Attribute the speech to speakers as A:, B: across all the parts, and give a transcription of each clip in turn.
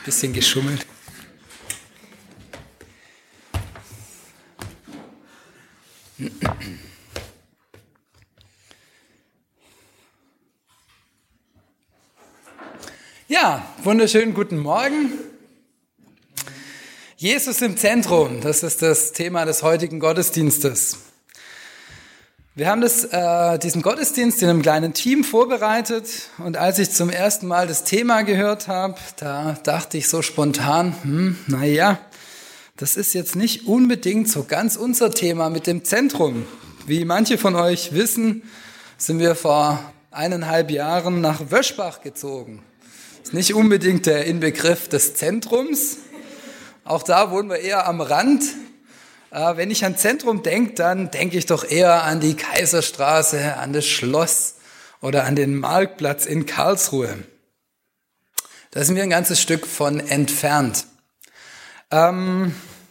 A: Bisschen geschummelt. Ja, wunderschönen guten Morgen. Jesus im Zentrum, das ist das Thema des heutigen Gottesdienstes. Wir haben diesen Gottesdienst in einem kleinen Team vorbereitet und als ich zum ersten Mal das Thema gehört habe, da dachte ich so spontan, das ist jetzt nicht unbedingt so ganz unser Thema mit dem Zentrum. Wie manche von euch wissen, sind wir vor 1,5 Jahren nach Wöschbach gezogen. Das ist nicht unbedingt der Inbegriff des Zentrums. Auch da wohnen wir eher am Rand. Wenn ich an Zentrum denke, dann denke ich doch eher an die Kaiserstraße, an das Schloss oder an den Marktplatz in Karlsruhe. Da sind wir ein ganzes Stück von entfernt. In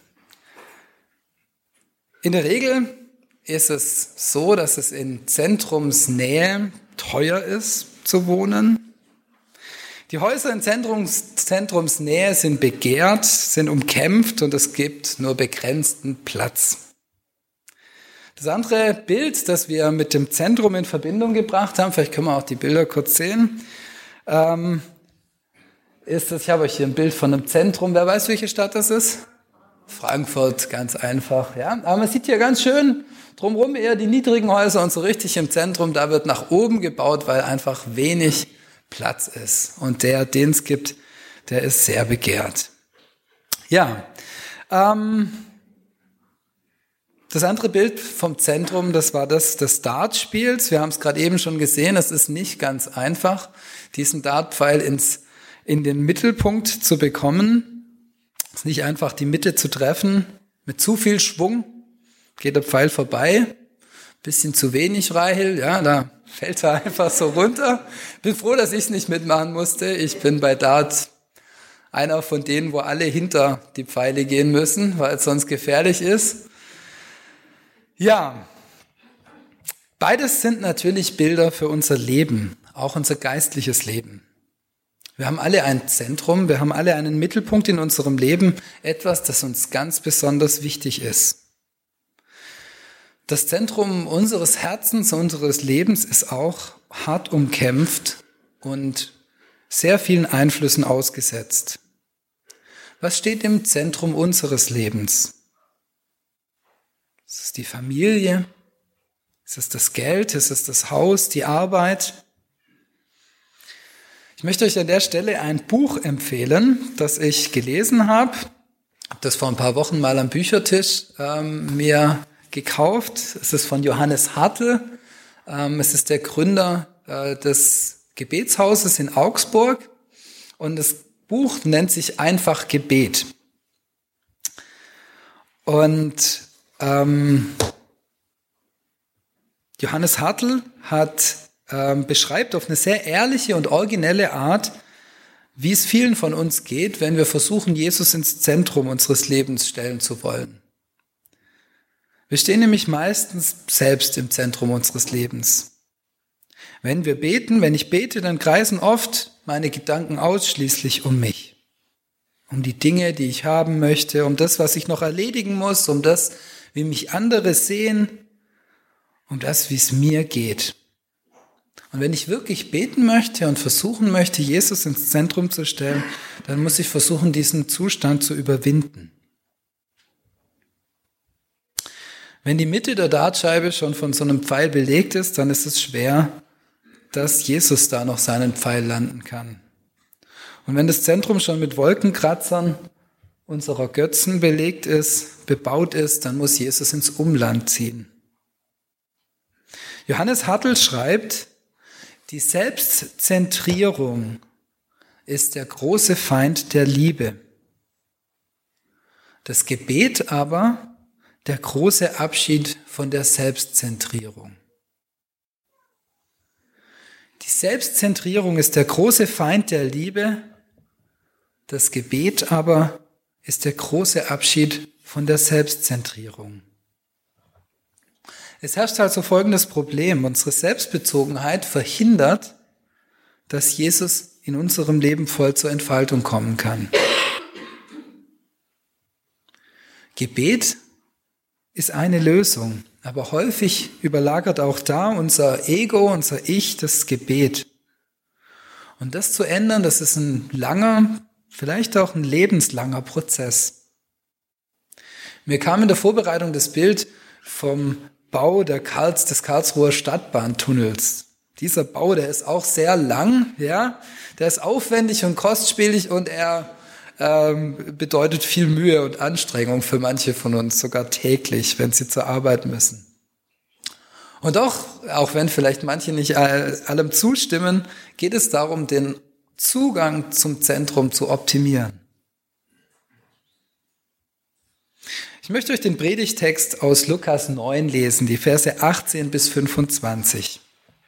A: der Regel ist es so, dass es in Zentrumsnähe teuer ist zu wohnen. Die Häuser in Zentrumsnähe sind begehrt, sind umkämpft und es gibt nur begrenzten Platz. Das andere Bild, das wir mit dem Zentrum in Verbindung gebracht haben, vielleicht können wir auch die Bilder kurz sehen, ist das, ich habe euch hier ein Bild von einem Zentrum. Wer weiß, welche Stadt das ist? Frankfurt, ganz einfach. Ja. Aber man sieht hier ganz schön drumherum eher die niedrigen Häuser und so richtig im Zentrum, da wird nach oben gebaut, weil einfach wenig Platz ist. Und den es gibt, der ist sehr begehrt. Ja, das andere Bild vom Zentrum, das war das des Dartspiels. Wir haben es gerade eben schon gesehen, es ist nicht ganz einfach, diesen Dartpfeil in den Mittelpunkt zu bekommen. Es ist nicht einfach, die Mitte zu treffen. Mit zu viel Schwung geht der Pfeil vorbei. Bisschen zu wenig Rahel, ja, da fällt er einfach so runter. Bin froh, dass ich es nicht mitmachen musste. Ich bin bei Dart einer von denen, wo alle hinter die Pfeile gehen müssen, weil es sonst gefährlich ist. Ja, beides sind natürlich Bilder für unser Leben, auch unser geistliches Leben. Wir haben alle ein Zentrum, wir haben alle einen Mittelpunkt in unserem Leben, etwas, das uns ganz besonders wichtig ist. Das Zentrum unseres Herzens, unseres Lebens ist auch hart umkämpft und sehr vielen Einflüssen ausgesetzt. Was steht im Zentrum unseres Lebens? Ist es die Familie? Ist es das Geld? Ist es das Haus, die Arbeit? Ich möchte euch an der Stelle ein Buch empfehlen, das ich gelesen habe. Ich habe das vor ein paar Wochen mal am Büchertisch mir gekauft. Es ist von Johannes Hartl. Es ist der Gründer des Gebetshauses in Augsburg. Und das Buch nennt sich einfach Gebet. Und Johannes Hartl beschreibt auf eine sehr ehrliche und originelle Art, wie es vielen von uns geht, wenn wir versuchen, Jesus ins Zentrum unseres Lebens stellen zu wollen. Wir stehen nämlich meistens selbst im Zentrum unseres Lebens. Wenn ich bete, dann kreisen oft meine Gedanken ausschließlich um mich. Um die Dinge, die ich haben möchte, um das, was ich noch erledigen muss, um das, wie mich andere sehen, um das, wie es mir geht. Und wenn ich wirklich beten möchte und versuchen möchte, Jesus ins Zentrum zu stellen, dann muss ich versuchen, diesen Zustand zu überwinden. Wenn die Mitte der Dartscheibe schon von so einem Pfeil belegt ist, dann ist es schwer, dass Jesus da noch seinen Pfeil landen kann. Und wenn das Zentrum schon mit Wolkenkratzern unserer Götzen bebaut ist, dann muss Jesus ins Umland ziehen. Johannes Hartl schreibt, die Selbstzentrierung ist der große Feind der Liebe. Das Gebet aber der große Abschied von der Selbstzentrierung. Die Selbstzentrierung ist der große Feind der Liebe, das Gebet aber ist der große Abschied von der Selbstzentrierung. Es herrscht also folgendes Problem. Unsere Selbstbezogenheit verhindert, dass Jesus in unserem Leben voll zur Entfaltung kommen kann. Gebet ist eine Lösung, aber häufig überlagert auch da unser Ego, unser Ich, das Gebet. Und das zu ändern, das ist ein langer, vielleicht auch ein lebenslanger Prozess. Mir kam in der Vorbereitung das Bild vom Bau des Karlsruher Stadtbahntunnels. Dieser Bau, der ist auch sehr lang, ja, der ist aufwendig und kostspielig und er bedeutet viel Mühe und Anstrengung für manche von uns, sogar täglich, wenn sie zur Arbeit müssen. Und doch, auch wenn vielleicht manche nicht allem zustimmen, geht es darum, den Zugang zum Zentrum zu optimieren. Ich möchte euch den Predigtext aus Lukas 9 lesen, die Verse 18 bis 25.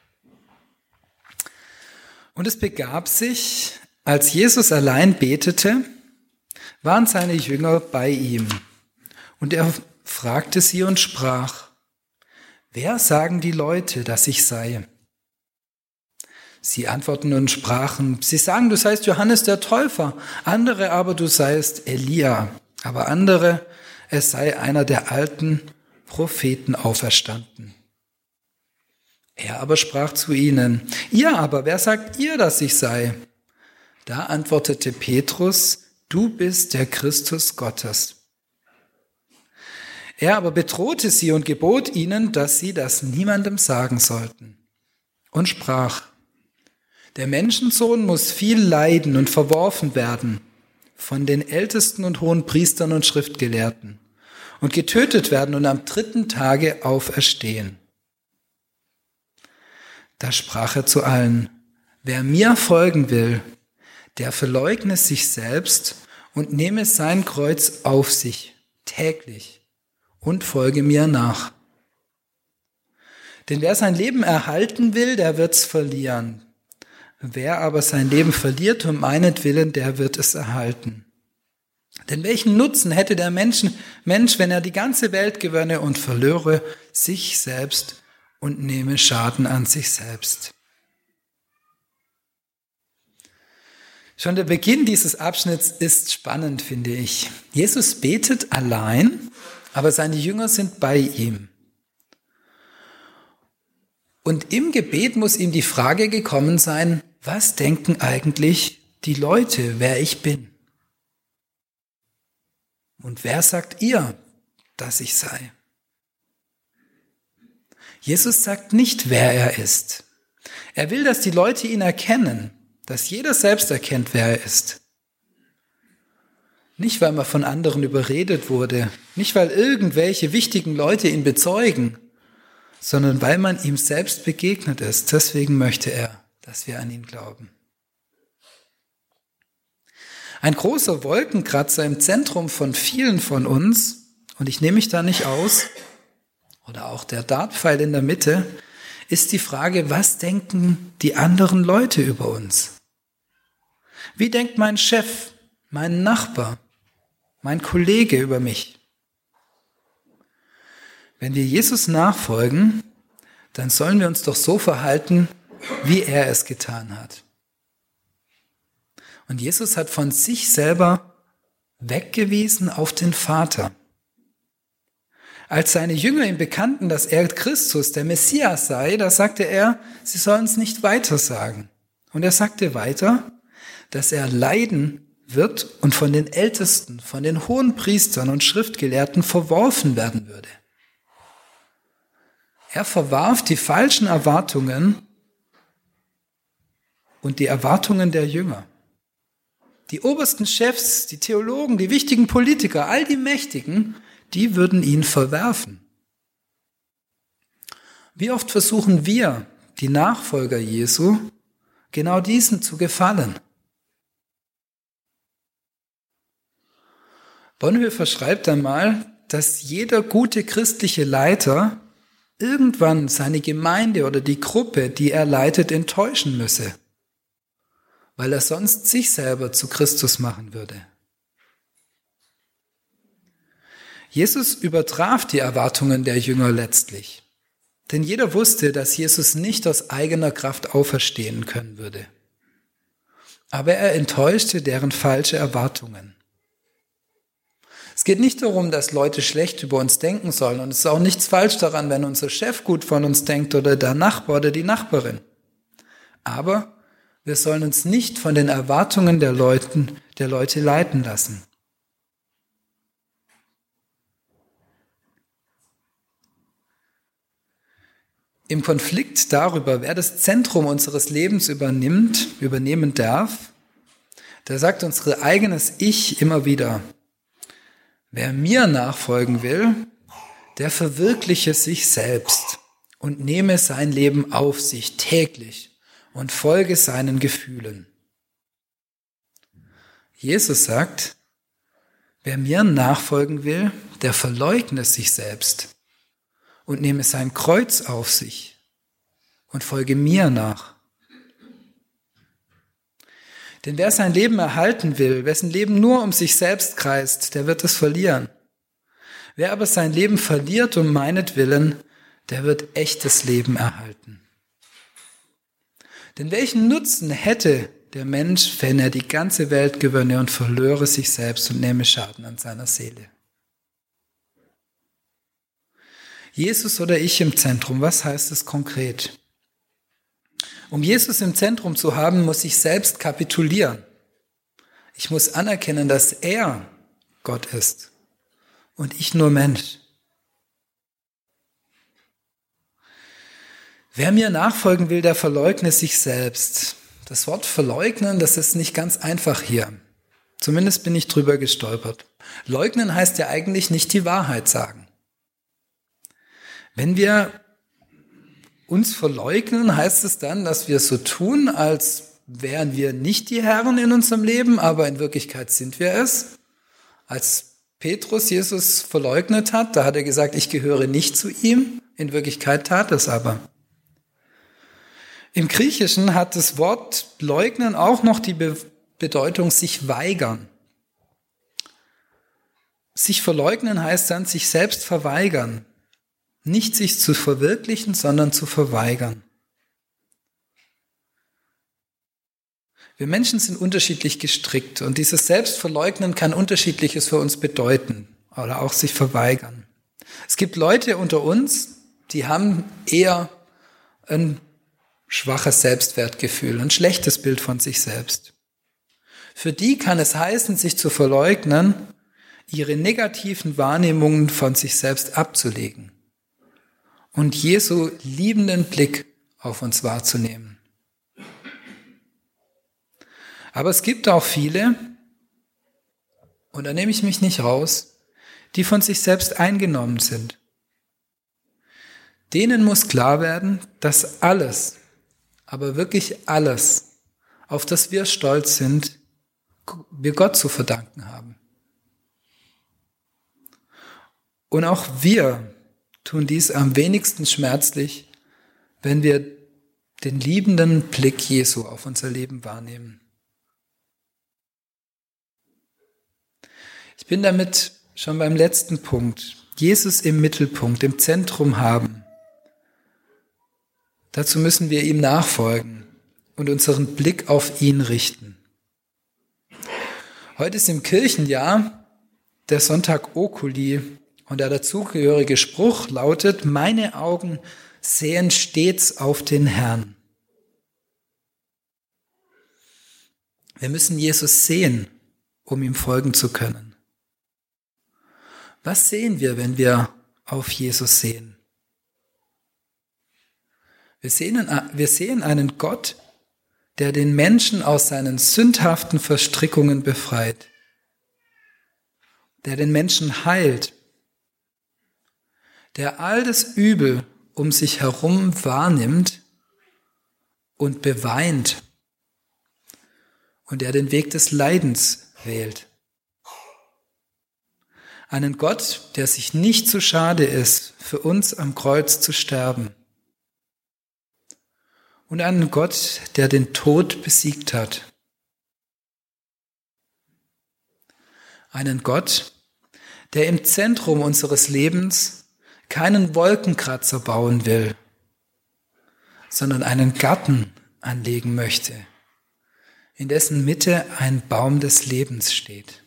A: Und es begab sich, als Jesus allein betete, waren seine Jünger bei ihm. Und er fragte sie und sprach: Wer sagen die Leute, dass ich sei? Sie antworteten und sprachen: Sie sagen, du seist Johannes der Täufer, andere aber, du seist Elia, aber andere, es sei einer der alten Propheten auferstanden. Er aber sprach zu ihnen: Ihr aber, wer sagt ihr, dass ich sei? Da antwortete Petrus: Du bist der Christus Gottes. Er aber bedrohte sie und gebot ihnen, dass sie das niemandem sagen sollten. Und sprach: Der Menschensohn muss viel leiden und verworfen werden von den Ältesten und Hohenpriestern und Schriftgelehrten und getötet werden und am 3. Tage auferstehen. Da sprach er zu allen: Wer mir folgen will, der verleugne sich selbst und nehme sein Kreuz auf sich täglich und folge mir nach. Denn wer sein Leben erhalten will, der wird's verlieren. Wer aber sein Leben verliert um meinetwillen, der wird es erhalten. Denn welchen Nutzen hätte der Mensch, wenn er die ganze Welt gewönne und verlöre sich selbst und nehme Schaden an sich selbst? Schon der Beginn dieses Abschnitts ist spannend, finde ich. Jesus betet allein, aber seine Jünger sind bei ihm. Und im Gebet muss ihm die Frage gekommen sein: Was denken eigentlich die Leute, wer ich bin? Und wer sagt ihr, dass ich sei? Jesus sagt nicht, wer er ist. Er will, dass die Leute ihn erkennen, dass jeder selbst erkennt, wer er ist. Nicht, weil man von anderen überredet wurde, nicht, weil irgendwelche wichtigen Leute ihn bezeugen, sondern weil man ihm selbst begegnet ist. Deswegen möchte er, dass wir an ihn glauben. Ein großer Wolkenkratzer im Zentrum von vielen von uns, und ich nehme mich da nicht aus, oder auch der Dartpfeil in der Mitte, ist die Frage: Was denken die anderen Leute über uns? Wie denkt mein Chef, mein Nachbar, mein Kollege über mich? Wenn wir Jesus nachfolgen, dann sollen wir uns doch so verhalten, wie er es getan hat. Und Jesus hat von sich selber weggewiesen auf den Vater. Als seine Jünger ihm bekannten, dass er Christus, der Messias sei, da sagte er, sie sollen es nicht weiter sagen. Und er sagte weiter, dass er leiden wird und von den Ältesten, von den Hohenpriestern und Schriftgelehrten verworfen werden würde. Er verwarf die falschen Erwartungen und die Erwartungen der Jünger. Die obersten Chefs, die Theologen, die wichtigen Politiker, all die Mächtigen, die würden ihn verwerfen. Wie oft versuchen wir, die Nachfolger Jesu, genau diesen zu gefallen? Bonhoeffer schreibt einmal, dass jeder gute christliche Leiter irgendwann seine Gemeinde oder die Gruppe, die er leitet, enttäuschen müsse, weil er sonst sich selber zu Christus machen würde. Jesus übertraf die Erwartungen der Jünger letztlich, denn jeder wusste, dass Jesus nicht aus eigener Kraft auferstehen können würde. aber er enttäuschte deren falsche Erwartungen. Es geht nicht darum, dass Leute schlecht über uns denken sollen, und es ist auch nichts falsch daran, wenn unser Chef gut von uns denkt oder der Nachbar oder die Nachbarin. Aber wir sollen uns nicht von den Erwartungen der Leute leiten lassen. Im Konflikt darüber, wer das Zentrum unseres Lebens übernehmen darf, da sagt unser eigenes Ich immer wieder: Wer mir nachfolgen will, der verwirkliche sich selbst und nehme sein Leben auf sich täglich und folge seinen Gefühlen. Jesus sagt, wer mir nachfolgen will, der verleugne sich selbst und nehme sein Kreuz auf sich und folge mir nach. Denn wer sein Leben erhalten will, wessen Leben nur um sich selbst kreist, der wird es verlieren. Wer aber sein Leben verliert um meinetwillen, der wird echtes Leben erhalten. Denn welchen Nutzen hätte der Mensch, wenn er die ganze Welt gewönne und verlöre sich selbst und nähme Schaden an seiner Seele? Jesus oder ich im Zentrum, was heißt es konkret? Um Jesus im Zentrum zu haben, muss ich selbst kapitulieren. Ich muss anerkennen, dass er Gott ist und ich nur Mensch. Wer mir nachfolgen will, der verleugne sich selbst. Das Wort verleugnen, das ist nicht ganz einfach hier. Zumindest bin ich drüber gestolpert. Leugnen heißt ja eigentlich nicht die Wahrheit sagen. Wenn wir uns verleugnen, heißt es dann, dass wir so tun, als wären wir nicht die Herren in unserem Leben, aber in Wirklichkeit sind wir es. Als Petrus Jesus verleugnet hat, da hat er gesagt, ich gehöre nicht zu ihm. In Wirklichkeit tat es aber. Im Griechischen hat das Wort leugnen auch noch die Bedeutung sich weigern. Sich verleugnen heißt dann sich selbst verweigern. Nicht sich zu verwirklichen, sondern zu verweigern. Wir Menschen sind unterschiedlich gestrickt und dieses Selbstverleugnen kann Unterschiedliches für uns bedeuten oder auch sich verweigern. Es gibt Leute unter uns, die haben eher ein schwaches Selbstwertgefühl, ein schlechtes Bild von sich selbst. Für die kann es heißen, sich zu verleugnen, ihre negativen Wahrnehmungen von sich selbst abzulegen und Jesu liebenden Blick auf uns wahrzunehmen. Aber es gibt auch viele, und da nehme ich mich nicht raus, die von sich selbst eingenommen sind. Denen muss klar werden, dass alles, aber wirklich alles, auf das wir stolz sind, wir Gott zu verdanken haben. Und auch wir tun dies am wenigsten schmerzlich, wenn wir den liebenden Blick Jesu auf unser Leben wahrnehmen. Ich bin damit schon beim letzten Punkt. Jesus im Mittelpunkt, im Zentrum haben. Dazu müssen wir ihm nachfolgen und unseren Blick auf ihn richten. Heute ist im Kirchenjahr der Sonntag Oculi und der dazugehörige Spruch lautet: Meine Augen sehen stets auf den Herrn. Wir müssen Jesus sehen, um ihm folgen zu können. Was sehen wir, wenn wir auf Jesus sehen? Wir sehen einen Gott, der den Menschen aus seinen sündhaften Verstrickungen befreit, der den Menschen heilt, der all das Übel um sich herum wahrnimmt und beweint und der den Weg des Leidens wählt. Einen Gott, der sich nicht zu schade ist, für uns am Kreuz zu sterben. Und einen Gott, der den Tod besiegt hat. Einen Gott, der im Zentrum unseres Lebens keinen Wolkenkratzer bauen will, sondern einen Garten anlegen möchte, in dessen Mitte ein Baum des Lebens steht.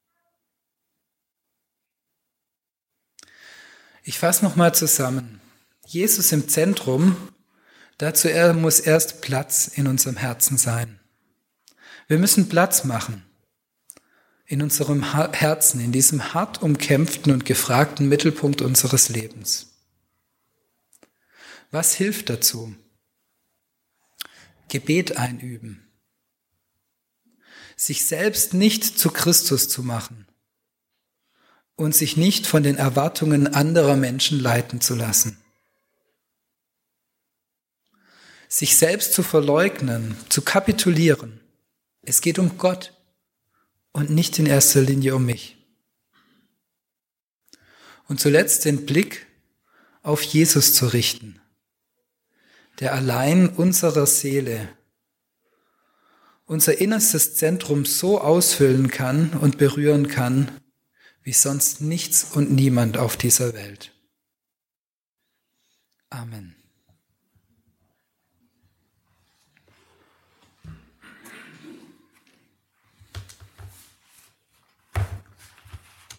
A: Ich fasse nochmal zusammen. Jesus im Zentrum, dazu muss erst Platz in unserem Herzen sein. Wir müssen Platz machen in unserem Herzen, in diesem hart umkämpften und gefragten Mittelpunkt unseres Lebens. Was hilft dazu? Gebet einüben. Sich selbst nicht zu Christus zu machen und sich nicht von den Erwartungen anderer Menschen leiten zu lassen. Sich selbst zu verleugnen, zu kapitulieren. Es geht um Gott und nicht in erster Linie um mich. Und zuletzt den Blick auf Jesus zu richten, der allein unserer Seele, unser innerstes Zentrum so ausfüllen kann und berühren kann, wie sonst nichts und niemand auf dieser Welt. Amen.